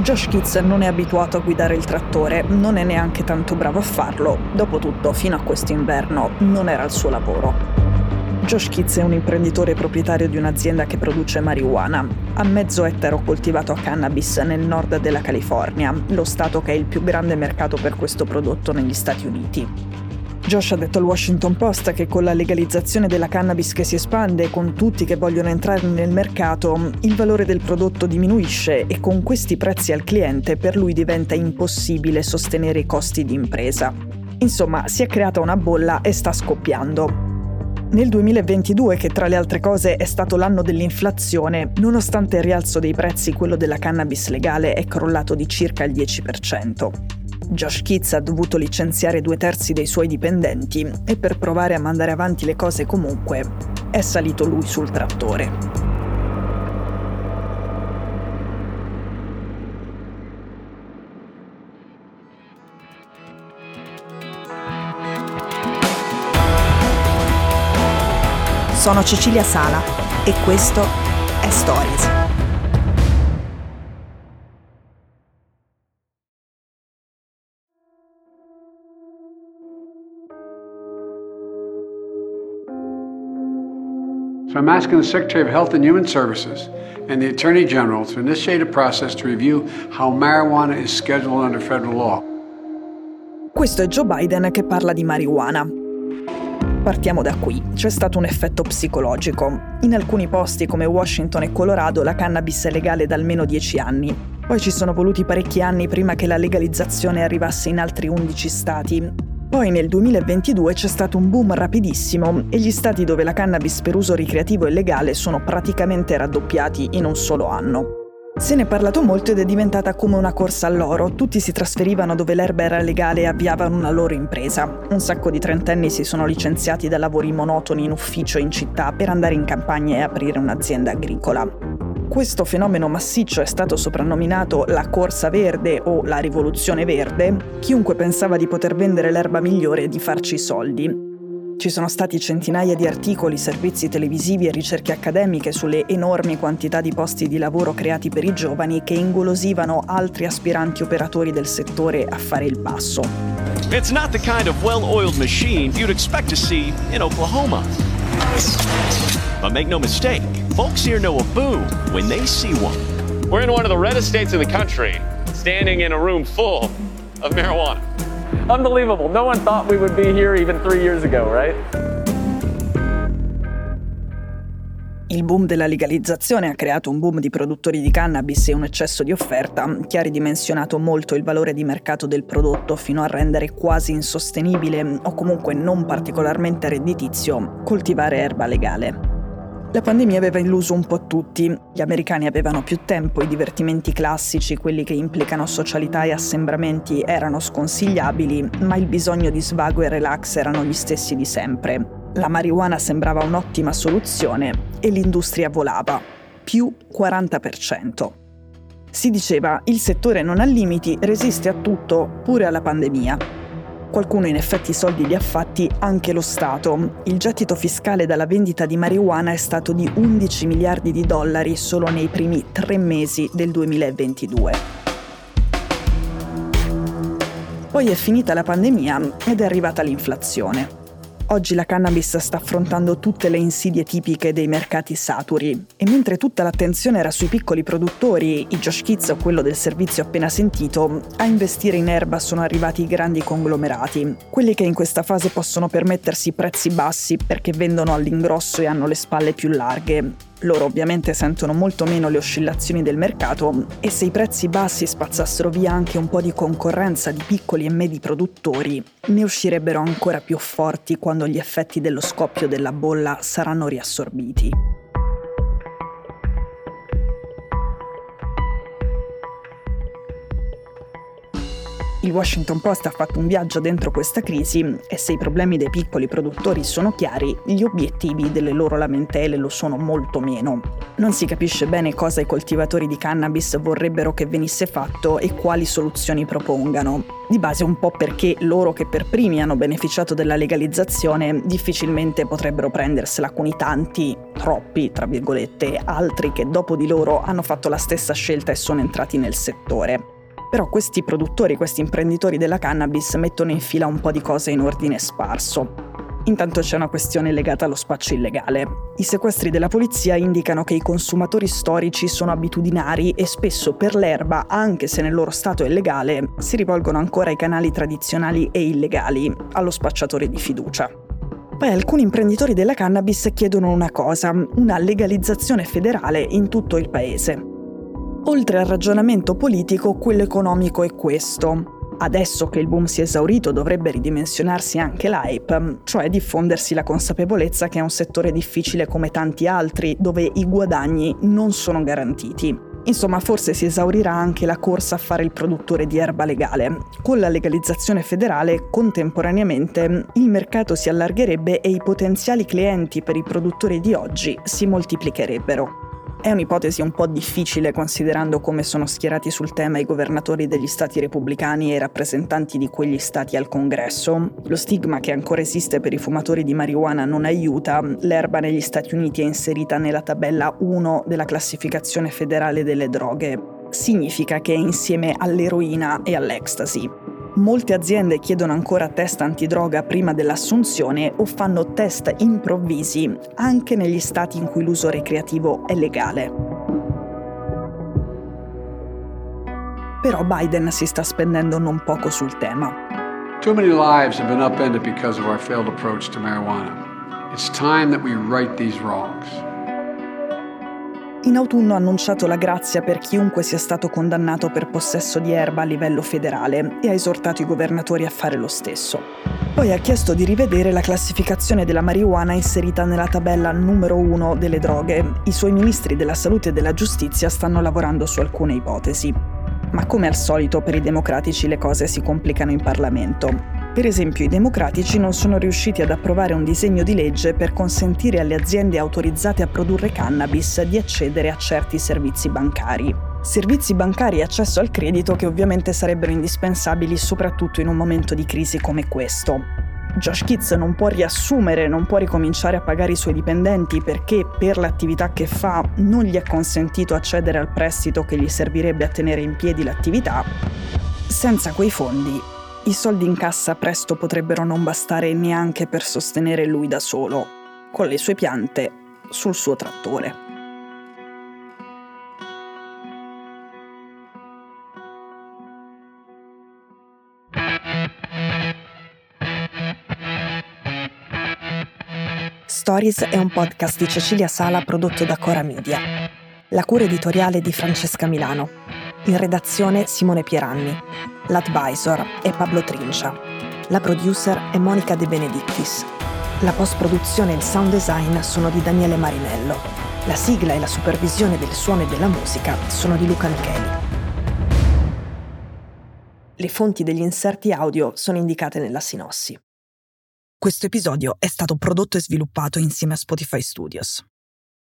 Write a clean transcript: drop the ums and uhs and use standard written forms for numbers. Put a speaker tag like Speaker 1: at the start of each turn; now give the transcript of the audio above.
Speaker 1: Josh Kitts non è abituato a guidare il trattore, non è neanche tanto bravo a farlo. Dopotutto, fino a questo inverno, non era il suo lavoro. Josh Kitts è un imprenditore proprietario di un'azienda che produce marijuana. Ha mezzo ettaro coltivato a cannabis nel nord della California, lo stato che è il più grande mercato per questo prodotto negli Stati Uniti. Josh ha detto al Washington Post che con la legalizzazione della cannabis che si espande e con tutti che vogliono entrare nel mercato, il valore del prodotto diminuisce e con questi prezzi al cliente per lui diventa impossibile sostenere i costi di impresa. Insomma, si è creata una bolla e sta scoppiando. Nel 2022, che tra le altre cose è stato l'anno dell'inflazione, nonostante il rialzo dei prezzi, quello della cannabis legale è crollato di circa il 10%. Josh Kitts ha dovuto licenziare 2/3 dei suoi dipendenti e per provare a mandare avanti le cose comunque, è salito lui sul trattore. Sono Cecilia Sala e questo è Stories.
Speaker 2: So I'm asking the Secretary of Health and Human Services and the Attorney General to initiate a process to review how marijuana is scheduled under federal law.
Speaker 1: Questo è Joe Biden che parla di marijuana. Partiamo da qui. C'è stato un effetto psicologico. In alcuni posti come Washington e Colorado la cannabis è legale da almeno 10 anni. Poi ci sono voluti parecchi anni prima che la legalizzazione arrivasse in altri 11 stati. Poi nel 2022 c'è stato un boom rapidissimo e gli stati dove la cannabis per uso ricreativo è legale sono praticamente raddoppiati in un solo anno. Se ne è parlato molto ed è diventata come una corsa all'oro. Tutti si trasferivano dove l'erba era legale e avviavano una loro impresa. Un sacco di trentenni si sono licenziati da lavori monotoni in ufficio in città per andare in campagna e aprire un'azienda agricola. Questo fenomeno massiccio è stato soprannominato la corsa verde o la rivoluzione verde. Chiunque pensava di poter vendere l'erba migliore e di farci soldi. Ci sono stati centinaia di articoli, servizi televisivi e ricerche accademiche sulle enormi quantità di posti di lavoro creati per i giovani che ingolosivano altri aspiranti operatori del settore a fare il passo.
Speaker 3: It's not the kind of well-oiled machine you'd expect to see in Oklahoma. But make no mistake, folks here know a boom when they see one.
Speaker 4: We're in one of the reddest states in the country, standing in a room full of marijuana. Unbelievable. No one thought we would be here even 3 years ago, right?
Speaker 1: Il boom della legalizzazione ha creato un boom di produttori di cannabis e un eccesso di offerta che ha ridimensionato molto il valore di mercato del prodotto fino a rendere quasi insostenibile o comunque non particolarmente redditizio coltivare erba legale. La pandemia aveva illuso un po' tutti. Gli americani avevano più tempo, i divertimenti classici, quelli che implicano socialità e assembramenti, erano sconsigliabili, ma il bisogno di svago e relax erano gli stessi di sempre. La marijuana sembrava un'ottima soluzione e l'industria volava. Più 40%. Si diceva, il settore non ha limiti, resiste a tutto, pure alla pandemia. Qualcuno in effetti i soldi li ha fatti anche lo Stato. Il gettito fiscale dalla vendita di marijuana è stato di 11 miliardi di dollari solo nei primi 3 mesi del 2022. Poi è finita la pandemia ed è arrivata l'inflazione. Oggi la cannabis sta affrontando tutte le insidie tipiche dei mercati saturi e mentre tutta l'attenzione era sui piccoli produttori, i Josh Kitts o quello del servizio appena sentito, a investire in erba sono arrivati i grandi conglomerati, quelli che in questa fase possono permettersi prezzi bassi perché vendono all'ingrosso e hanno le spalle più larghe. Loro ovviamente sentono molto meno le oscillazioni del mercato e se i prezzi bassi spazzassero via anche un po' di concorrenza di piccoli e medi produttori, ne uscirebbero ancora più forti quando gli effetti dello scoppio della bolla saranno riassorbiti. Il Washington Post ha fatto un viaggio dentro questa crisi e se i problemi dei piccoli produttori sono chiari, gli obiettivi delle loro lamentele lo sono molto meno. Non si capisce bene cosa i coltivatori di cannabis vorrebbero che venisse fatto e quali soluzioni propongano. Di base un po' perché loro che per primi hanno beneficiato della legalizzazione difficilmente potrebbero prendersela con i tanti, troppi, tra virgolette, altri che dopo di loro hanno fatto la stessa scelta e sono entrati nel settore. Però questi produttori, questi imprenditori della cannabis mettono in fila un po' di cose in ordine sparso. Intanto c'è una questione legata allo spaccio illegale. I sequestri della polizia indicano che i consumatori storici sono abitudinari e spesso per l'erba, anche se nel loro stato è legale, si rivolgono ancora ai canali tradizionali e illegali, allo spacciatore di fiducia. Poi alcuni imprenditori della cannabis chiedono una cosa, una legalizzazione federale in tutto il paese. Oltre al ragionamento politico, quello economico è questo. Adesso che il boom si è esaurito dovrebbe ridimensionarsi anche l'hype, cioè diffondersi la consapevolezza che è un settore difficile come tanti altri, dove i guadagni non sono garantiti. Insomma, forse si esaurirà anche la corsa a fare il produttore di erba legale. Con la legalizzazione federale, contemporaneamente, il mercato si allargherebbe e i potenziali clienti per i produttori di oggi si moltiplicherebbero. È un'ipotesi un po' difficile considerando come sono schierati sul tema i governatori degli stati repubblicani e i rappresentanti di quegli stati al Congresso. Lo stigma che ancora esiste per i fumatori di marijuana non aiuta. L'erba negli Stati Uniti è inserita nella tabella 1 della classificazione federale delle droghe. Significa che è insieme all'eroina e all'ecstasy. Molte aziende chiedono ancora test antidroga prima dell'assunzione o fanno test improvvisi anche negli stati in cui l'uso ricreativo è legale. Però Biden si sta spendendo non poco sul tema.
Speaker 2: Too many lives have been upended because of our failed approach to marijuana. It's time that we right these wrongs.
Speaker 1: In autunno ha annunciato la grazia per chiunque sia stato condannato per possesso di erba a livello federale e ha esortato i governatori a fare lo stesso. Poi ha chiesto di rivedere la classificazione della marijuana inserita nella tabella numero 1 delle droghe. I suoi ministri della salute e della giustizia stanno lavorando su alcune ipotesi. Ma come al solito per i democratici le cose si complicano in Parlamento. Per esempio, i democratici non sono riusciti ad approvare un disegno di legge per consentire alle aziende autorizzate a produrre cannabis di accedere a certi servizi bancari. Servizi bancari e accesso al credito che ovviamente sarebbero indispensabili soprattutto in un momento di crisi come questo. Josh Kitts non può riassumere, non può ricominciare a pagare i suoi dipendenti perché per l'attività che fa non gli è consentito accedere al prestito che gli servirebbe a tenere in piedi l'attività. Senza quei fondi, i soldi in cassa presto potrebbero non bastare neanche per sostenere lui da solo, con le sue piante sul suo trattore. Stories è un podcast di Cecilia Sala prodotto da Cora Media. La cura editoriale di Francesca Milano. In redazione Simone Pieranni. L'advisor è Pablo Trincia. La producer è Monica De Benedictis. La post-produzione e il sound design sono di Daniele Marinello. La sigla e la supervisione del suono e della musica sono di Luca Micheli. Le fonti degli inserti audio sono indicate nella sinossi. Questo episodio è stato prodotto e sviluppato insieme a Spotify Studios.